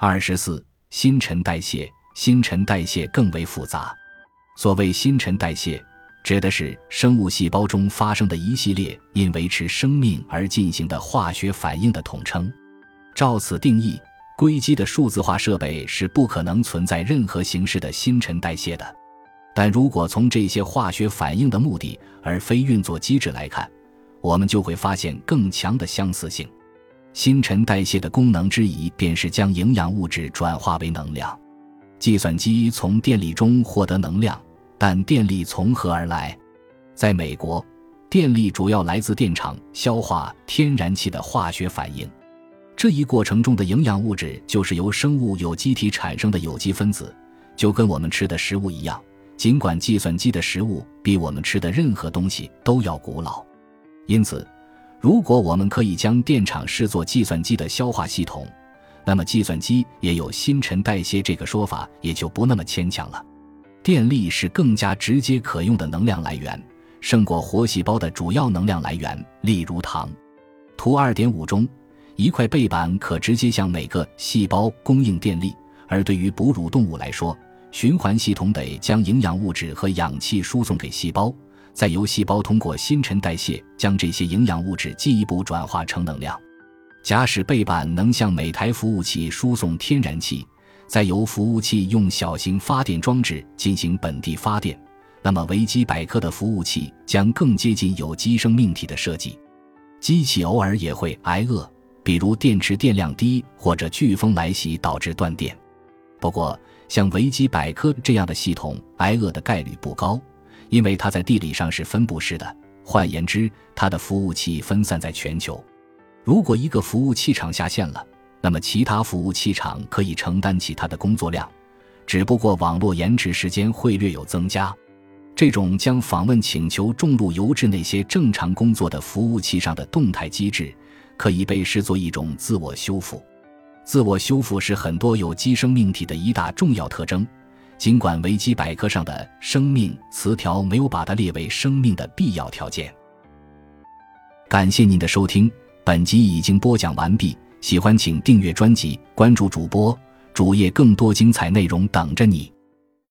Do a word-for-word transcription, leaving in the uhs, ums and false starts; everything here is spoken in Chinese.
二十四、新陈代谢。新陈代谢更为复杂。所谓新陈代谢，指的是生物细胞中发生的一系列因维持生命而进行的化学反应的统称。照此定义，硅基的数字化设备是不可能存在任何形式的新陈代谢的。但如果从这些化学反应的目的而非运作机制来看，我们就会发现更强的相似性。新陈代谢的功能之一便是将营养物质转化为能量。计算机从电力中获得能量，但电力从何而来？在美国，电力主要来自电厂消化天然气的化学反应。这一过程中的营养物质就是由生物有机体产生的有机分子，就跟我们吃的食物一样，尽管计算机的食物比我们吃的任何东西都要古老。因此，如果我们可以将电厂视作计算机的消化系统，那么计算机也有新陈代谢这个说法也就不那么牵强了。电力是更加直接可用的能量来源，胜过活细胞的主要能量来源，例如糖。图 二点五 中，一块背板可直接向每个细胞供应电力，而对于哺乳动物来说，循环系统得将营养物质和氧气输送给细胞，再由细胞通过新陈代谢将这些营养物质进一步转化成能量。假使背板能向每台服务器输送天然气，再由服务器用小型发电装置进行本地发电，那么维基百科的服务器将更接近有机生命体的设计。机器偶尔也会挨饿，比如电池电量低或者飓风来袭导致断电。不过，像维基百科这样的系统挨饿的概率不高，因为它在地理上是分布式的，换言之，它的服务器分散在全球。如果一个服务器厂下线了，那么其他服务器厂可以承担起它的工作量，只不过网络延迟时间会略有增加。这种将访问请求重入邮至那些正常工作的服务器上的动态机制，可以被视作一种自我修复。自我修复是很多有机生命体的一大重要特征，尽管维基百科上的生命词条没有把它列为生命的必要条件。感谢您的收听，本集已经播讲完毕，喜欢请订阅专辑，关注主播，主页更多精彩内容等着你。